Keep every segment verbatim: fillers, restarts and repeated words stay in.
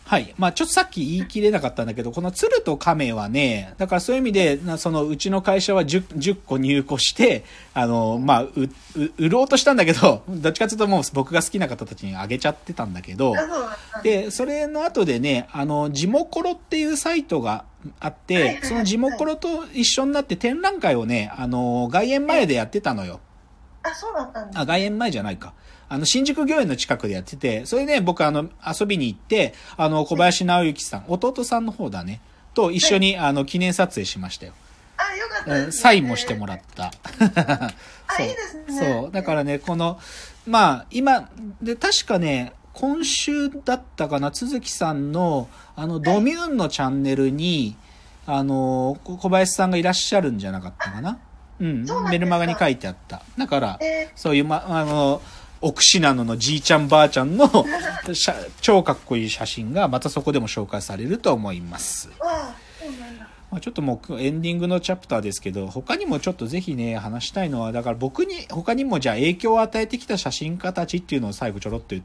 はい。まあちょっとさっき言い切れなかったんだけど、この鶴と亀はね、だからそういう意味で、そのうちの会社は 10, 10個入庫して、あの、まあ、う、う、売ろうとしたんだけど、どっちかというともう僕が好きな方たちにあげちゃってたんだけど、で、それの後でね、あの、ジモコロっていうサイトがあって、そのジモコロと一緒になって展覧会をね、あの、外苑前でやってたのよ。 あ、そうだったんだ。 あ、外苑前じゃないか。あの、新宿御苑の近くでやってて、それで僕あの、遊びに行って、あの、小林直之さん、弟さんの方だね、と一緒に、はい、あの、記念撮影しましたよ。 あ、よかったですね。 サインもしてもらった。 あ、いいですね。 そう。だからね、この、まあ、今、で、確かね、今週だったかな、鈴木さんの、あの、ドミューンのチャンネルに、あの、小林さんがいらっしゃるんじゃなかったかな。うん。メルマガに書いてあった。だから、えー、そういう、ま、あの、奥信濃のじいちゃんばあちゃんの超かっこいい写真がまたそこでも紹介されると思います。まあ、ちょっともうエンディングのチャプターですけど、他にもちょっとぜひね、話したいのは、だから僕に、他にもじゃあ影響を与えてきた写真家たちっていうのを最後ちょろっと言って、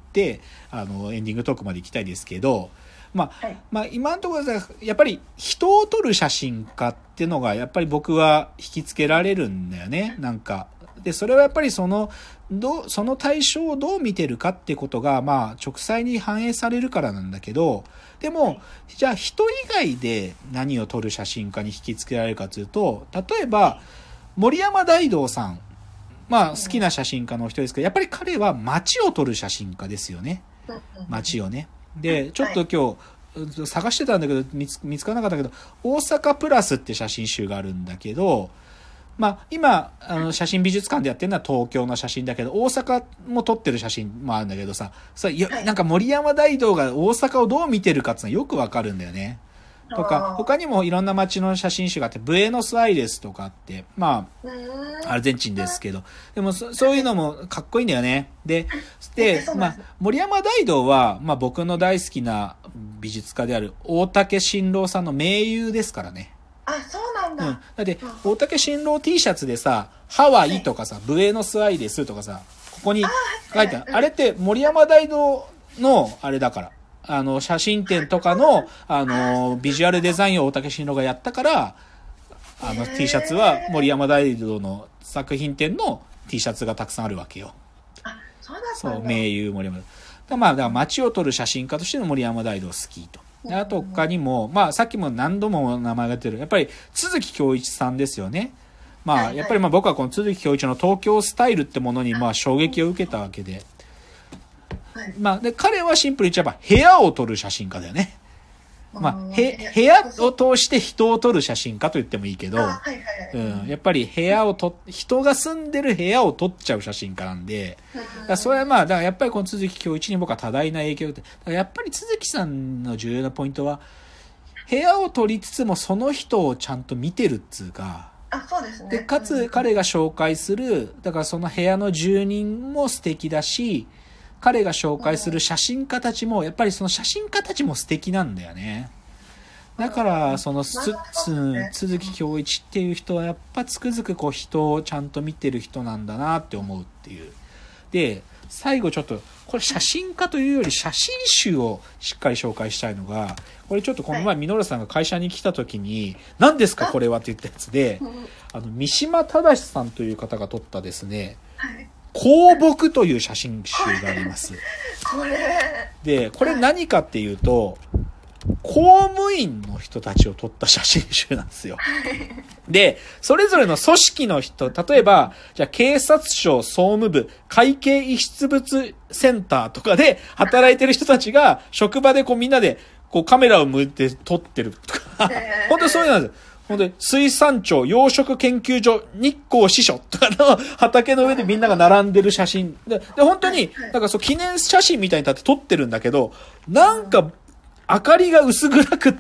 あの、エンディングトークまで行きたいですけど、まあ、はい、まあ今のところやっぱり人を撮る写真家っていうのがやっぱり僕は引きつけられるんだよね、なんか。で、それはやっぱりその、どう、その対象をどう見てるかってことが、まあ、直裁に反映されるからなんだけど、でも、はい、じゃあ人以外で何を撮る写真家に引きつけられるかというと、例えば、森山大道さん、まあ、好きな写真家の人ですけど、やっぱり彼は街を撮る写真家ですよね。街をね。で、ちょっと今日、探してたんだけど、見つ、見つからなかったけど、大阪プラスって写真集があるんだけど、まあ、今、あの、写真美術館でやってるのは東京の写真だけど、大阪も撮ってる写真もあるんだけどさ、さ、なんか森山大道が大阪をどう見てるかっていうのはよくわかるんだよね。とか、他にもいろんな街の写真集があって、ブエノスアイレスとかあって、まあ、アルゼンチンですけど、でもそ、そういうのもかっこいいんだよね。で、で、まあ、森山大道は、まあ僕の大好きな美術家である大竹新郎さんの盟友ですからね。 あ、そうなんだ。 うん。だって、大竹新郎 T シャツでさ、ハワイとかさ、はい、ブエノスアイレスとかさ、ここに書いてある。あ, あれって森山大道の、あれだから。あの、写真展とかの、あの、ビジュアルデザインを大竹新郎がやったから、あの T シャツは森山大道の作品展の T シャツがたくさんあるわけよ。 あ、そうだったんだ。 そう、盟友森山大道。だまあ、だから街を撮る写真家としての森山大道好きと。あと他にも、まあさっきも何度も名前が出てる、やっぱり都築恭一さんですよね。まあやっぱりまあ僕はこの都築恭一の東京スタイルってものにまあ衝撃を受けたわけで。まあで、彼はシンプルに言っちゃえば部屋を撮る写真家だよね。まあ、へ、部屋を通して人を撮る写真家と言ってもいいけど、うん、やっぱり部屋を撮、人が住んでる部屋を撮っちゃう写真家なんで、だそれはまあ、だからやっぱりこの都築恭一に僕は多大な影響を受けて、やっぱり都築さんの重要なポイントは、部屋を撮りつつもその人をちゃんと見てるっつうか、 あ、そうですね。 で、かつ彼が紹介する、だからその部屋の住人も素敵だし、彼が紹介する写真家たちも、やっぱりその写真家たちも素敵なんだよね。だから、その、つ、つ、都築恭一っていう人は、やっぱつくづくこう人をちゃんと見てる人なんだなって思うっていう。で、最後ちょっと、これ写真家というより写真集をしっかり紹介したいのが、これちょっとこの前、ミノルさんが会社に来た時に、何ですかこれはって言ったやつで、あの、三島正さんという方が撮ったですね、香木という写真集があります。 これ。 で、これ何かっていうと、公務員の人たちを撮った写真集なんですよ。で、それぞれの組織の人、例えば、じゃあ警察庁総務部会計遺失物センターとかで働いてる人たちが、職場でこうみんなでこうカメラを向いて撮ってるとか、本当にそういうのなんですよ。ほんで、水産庁養殖研究所日光支所とかの畑の上でみんなが並んでる写真。で、で本当に、なんかそう記念写真みたいに立って撮ってるんだけど、なんか、明かりが薄暗くって、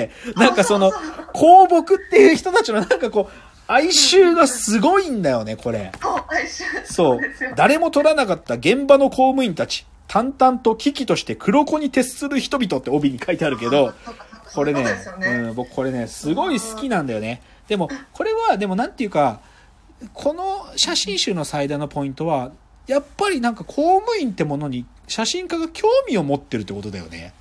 なんかその、香木っていう人たちのなんかこう、哀愁がすごいんだよね、これ。 そう、哀愁。 そう。誰も撮らなかった現場の公務員たち、淡々と危機として黒子に徹する人々って帯に書いてあるけど、これね、うん、僕これね、すごい好きなんだよね。でも、これは、でもなんていうか、この写真集の最大のポイントは、やっぱりなんか公務員ってものに写真家が興味を持ってるってことだよね。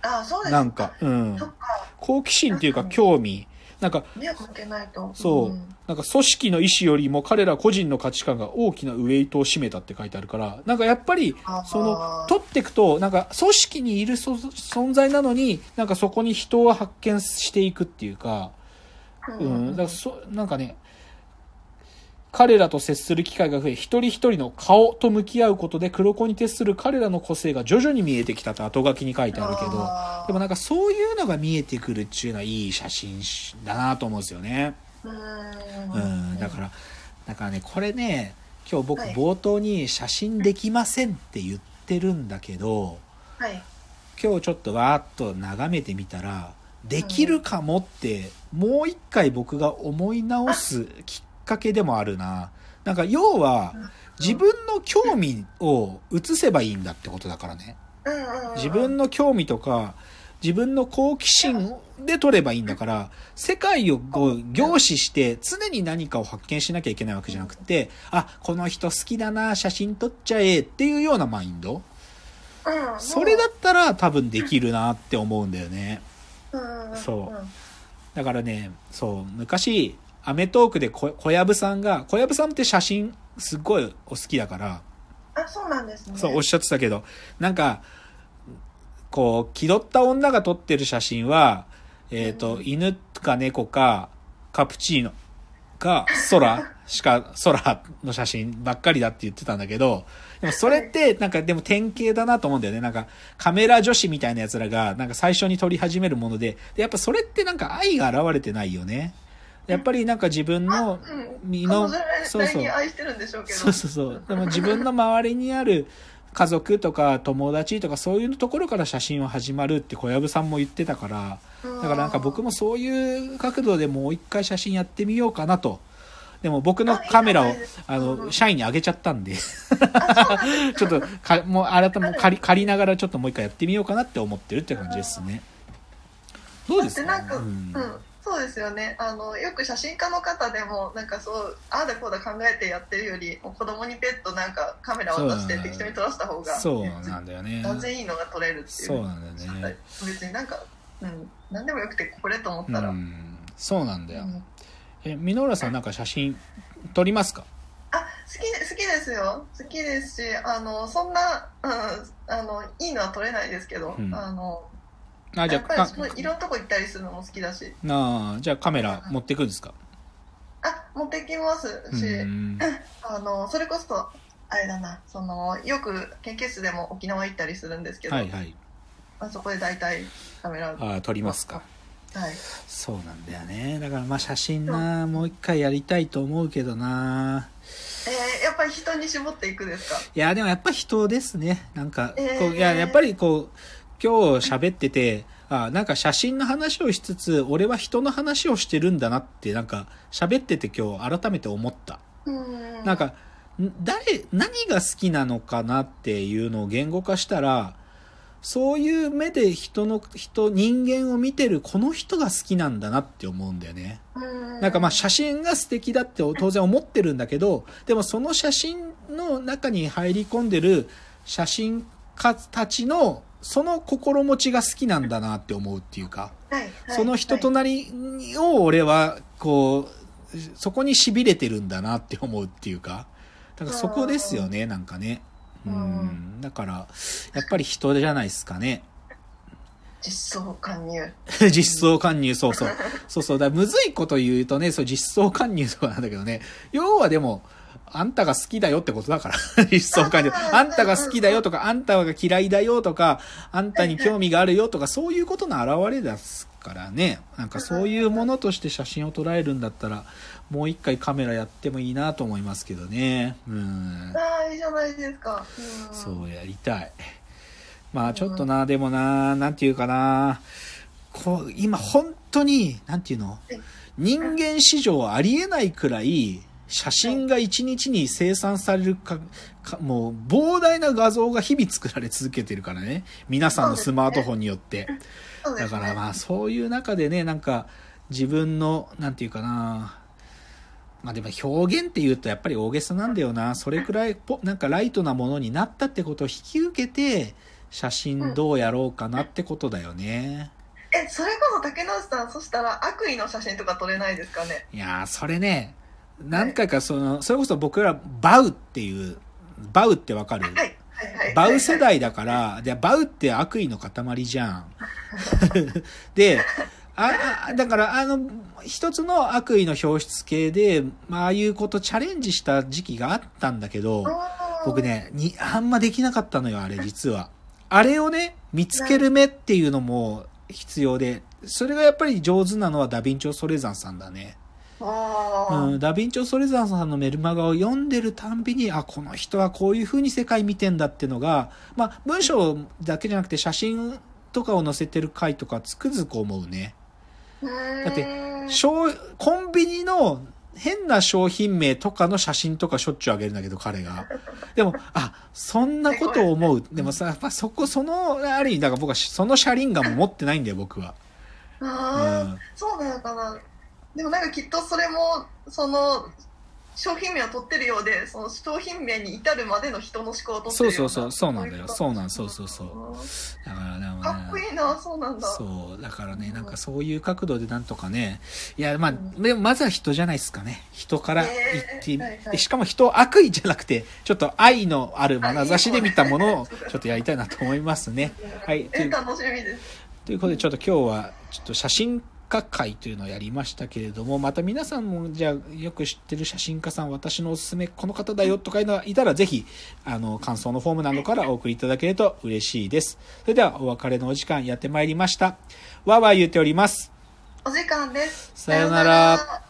あ、そうですなんか、うん。 そっか。 好奇心っていうか興味。なんか、 目を向けないと。 そう、 うん、 なんか組織の意思よりも彼ら個人の価値観が大きなウェイトを占めたって書いてあるから、なんかやっぱり、その、取っていくと、なんか組織にいる存在なのに、なんかそこに人を発見していくっていうか、うん、だからそ、なんかね、彼らと接する機会が増え、一人一人の顔と向き合うことで黒子に徹する彼らの個性が徐々に見えてきたと後書きに書いてあるけど、でもなんかそういうのが見えてくるっていうのはいい写真だなと思うんですよね。うん、だから、だからね、これね、今日僕冒頭に写真できませんって言ってるんだけど、 はい、 今日ちょっとわーっと眺めてみたら、できるかもって、もう一回僕が思い直すきっかけでもあるな。なんか要は自分の興味を映せばいいんだってことだからね。自分の興味とか自分の好奇心で撮ればいいんだから、世界をこう凝視して常に何かを発見しなきゃいけないわけじゃなくて、あ、この人好きだな、写真撮っちゃえっていうようなマインド。それだったら多分できるなって思うんだよね。そう。だからね、そう、昔、アメトークで小籔さんが、小籔さんって写真すっごいお好きだから、 あ、そうなんですね。 そうおっしゃってたけど、なんか、こう、気取った女が撮ってる写真は、えっと、うん、犬か猫か、カプチーノか、空しか、空の写真ばっかりだって言ってたんだけど、でもそれって、なんかでも典型だなと思うんだよね。なんか、カメラ女子みたいな奴らが、なんか最初に撮り始めるもので、でやっぱそれってなんか愛が現れてないよね。やっぱりなんか自分の身の、そうそう。そうそうそう。でも自分の周りにある家族とか友達とかそういうところから写真は始まるって小籔さんも言ってたから、だからなんか僕もそういう角度でもう一回写真やってみようかなと。でも僕のカメラを、あの、社員にあげちゃったんで、ちょっとか、もう改め借り、借りながらちょっともう一回やってみようかなって思ってるって感じですね。どうですか？ なんか、うん。そうですよね。あのよく写真家の方でもなんかそうああだこうだ考えてやってるよりもう子供にペットなんかカメラ渡して適当に撮らせた方がそうなんだよね。 断然いいのが撮れるっていう。 そうなんだよね。 別になんか、うん、何でもよくてこれと思ったら。うん、 そうなんだよ。うん、え、箕浦さんなんか写真撮りますか？ あ、好き好きですよ。好きですし、あのそんな、うん、あのいいのは撮れないですけど、うん、あの。あ、じゃあやっぱりいろんなとこ行ったりするのも好きだし。 ああ、じゃあカメラ持ってくんですか？ あ、持ってきますし、あのそれこそあれだな、そのよく研究室でも沖縄行ったりするんですけど、はいはい、あそこで大体カメラあ撮りますか？ はい。 そうなんだよね。だからまあ写真なもう一回やりたいと思うけどな。 えー、やっぱり人に絞っていくですか？ いやでもやっぱ人ですね。なんか、えー、こういややっぱりこう。今日喋ってて、あ、なんか写真の話をしつつ、俺は人の話をしてるんだなって、なんか喋ってて今日改めて思った。うんなんか、誰、何が好きなのかなっていうのを言語化したら、そういう目で人の、人、人間を見てるこの人が好きなんだなって思うんだよね。うんなんかまあ写真が素敵だって当然思ってるんだけど、でもその写真の中に入り込んでる写真家たちのその心持ちが好きなんだなって思うっていうか、はいはい、その人となりを俺はこうそこに痺れてるんだなって思うっていうか、だからそこですよね。なんかね、うんだからやっぱり人じゃないですかね。 実相関入実相関入そうそうそうそうだむずいこと言うとね、そう実相関入とかなんだけどね、要はでもあんたが好きだよってことだから実相関入あんたが好きだよとかあんたが嫌いだよとかあんたに興味があるよとかそういうことの表れですからね。なんかそういうものとして写真を捉えるんだったらもう一回カメラやってもいいなと思いますけどね。うんああいいじゃないですか。 うんそうやりたい。まあちょっとな、でもな、なんていうかな、こう今本当になんていうの、人間史上ありえないくらい写真が一日に生産されるか、かもう膨大な画像が日々作られ続けてるからね、皆さんのスマートフォンによって、だからまあそういう中でね、なんか自分のなんていうかな、まあでも表現って言うとやっぱり大げさなんだよな。それくらいポなんかライトなものになったってことを引き受けて写真どうやろうかなってことだよね。 うん、え、それこそ竹野内さん、そしたら悪意の写真とか撮れないですかね。 いやー、それね、何回かその、それこそ僕らバウっていう、バウってわかる？ はい。 バウ世代だから、で、バウって悪意の塊じゃん。で、あ、だから、あの、一つの悪意の表出系で、まあ、ああいうことチャレンジした時期があったんだけど、僕ね、に、あんまできなかったのよ、あれ、実は。あれをね、見つける目っていうのも必要で、それがやっぱり上手なのはダヴィンチョ・ソレザンさんだね。うん、ダヴィンチョ・ソレザンさんのメルマガを読んでるたんびに、あ、この人はこういう風に世界見てんだっていうのが、まあ、文章だけじゃなくて写真とかを載せてる回とかつくづく思うね。だって、コンビニの変な商品名とかの写真とかしょっちゅうあげるんだけど、彼が。でも、あ、そんなことを思う。でもさ、やっぱそこ、その、ある意味、だから僕はその車輪眼も持ってないんだよ、僕は。 ああ、うん、そうなのかな。でもなんかきっとそれもその商品名を取ってるようで、その商品名に至るまでの人の思考を取ってるような。 そうそうそう、そうなんだよ。そうなん、そうそうそう。だからね、 かっこいいな、そうなんだ。 そう、だからね、なんかそういう角度でなんとかね、いや、まあ、でもまずは人じゃないですかね。人から言って、えーはいはい、しかも人を悪意じゃなくて、ちょっと愛のある眼差しで見たものをちょっとやりたいなと思いますね。はい。 えー、楽しみです。 ということで、ちょっと今日は、ちょっと写真家会というのをやりましたけれども、また皆さんもじゃあよく知ってる写真家さん、私のおすすめこの方だよとかいうのがいたら、ぜひあの感想のフォームなどからお送りいただけると嬉しいです。それではお別れのお時間やってまいりました。わーわー言っております。 お時間です。 さようなら。